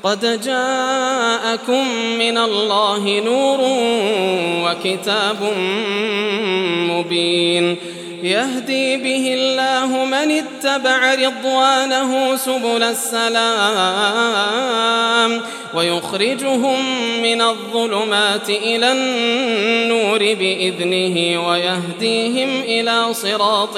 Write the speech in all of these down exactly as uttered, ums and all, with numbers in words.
قد جاءكم من الله نور وكتاب مبين يهدي به الله من اتبع رضوانه سبل السلام ويخرجهم من الظلمات إلى النور بإذنه ويهديهم إلى صراط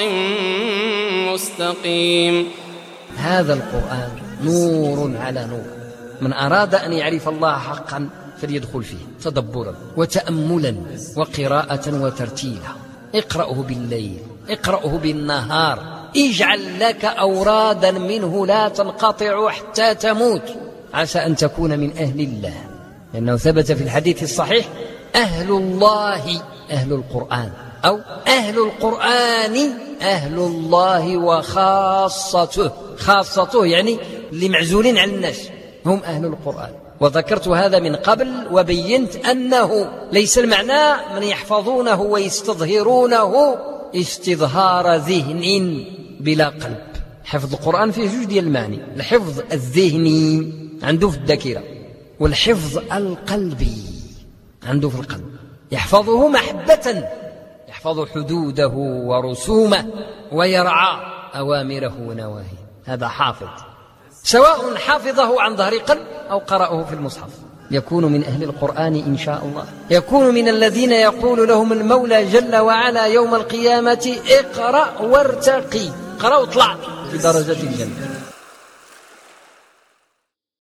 مستقيم. هذا القرآن نور على نور، من أراد أن يعرف الله حقا فليدخل فيه تدبرا وتأملا وقراءة وترتيلا. اقرأه بالليل، اقرأه بالنهار، اجعل لك أورادا منه لا تنقطع حتى تموت، عسى أن تكون من أهل الله، لأنه ثبت في الحديث الصحيح: أهل الله أهل القرآن، أو أهل القرآن أهل الله وخاصته. خاصته يعني اللي معزولين عن الناس هم أهل القرآن. وذكرت هذا من قبل وبينت أنه ليس المعنى من يحفظونه ويستظهرونه استظهار ذهن بلا قلب. حفظ القرآن فيه جوج ديال المعاني: الحفظ الذهني عنده في الذاكرة، والحفظ القلبي عنده في القلب. يحفظه محبة، يحفظ حدوده ورسومه ويرعى أوامره ونواهيه، هذا حافظ، سواء حافظه عن ظهر قلب أو قرأه في المصحف. يكون من أهل القرآن إن شاء الله، يكون من الذين يقول لهم المولى جل وعلا يوم القيامة: اقرأ وارتقي، اقرأ واطلع في درجة الجنة.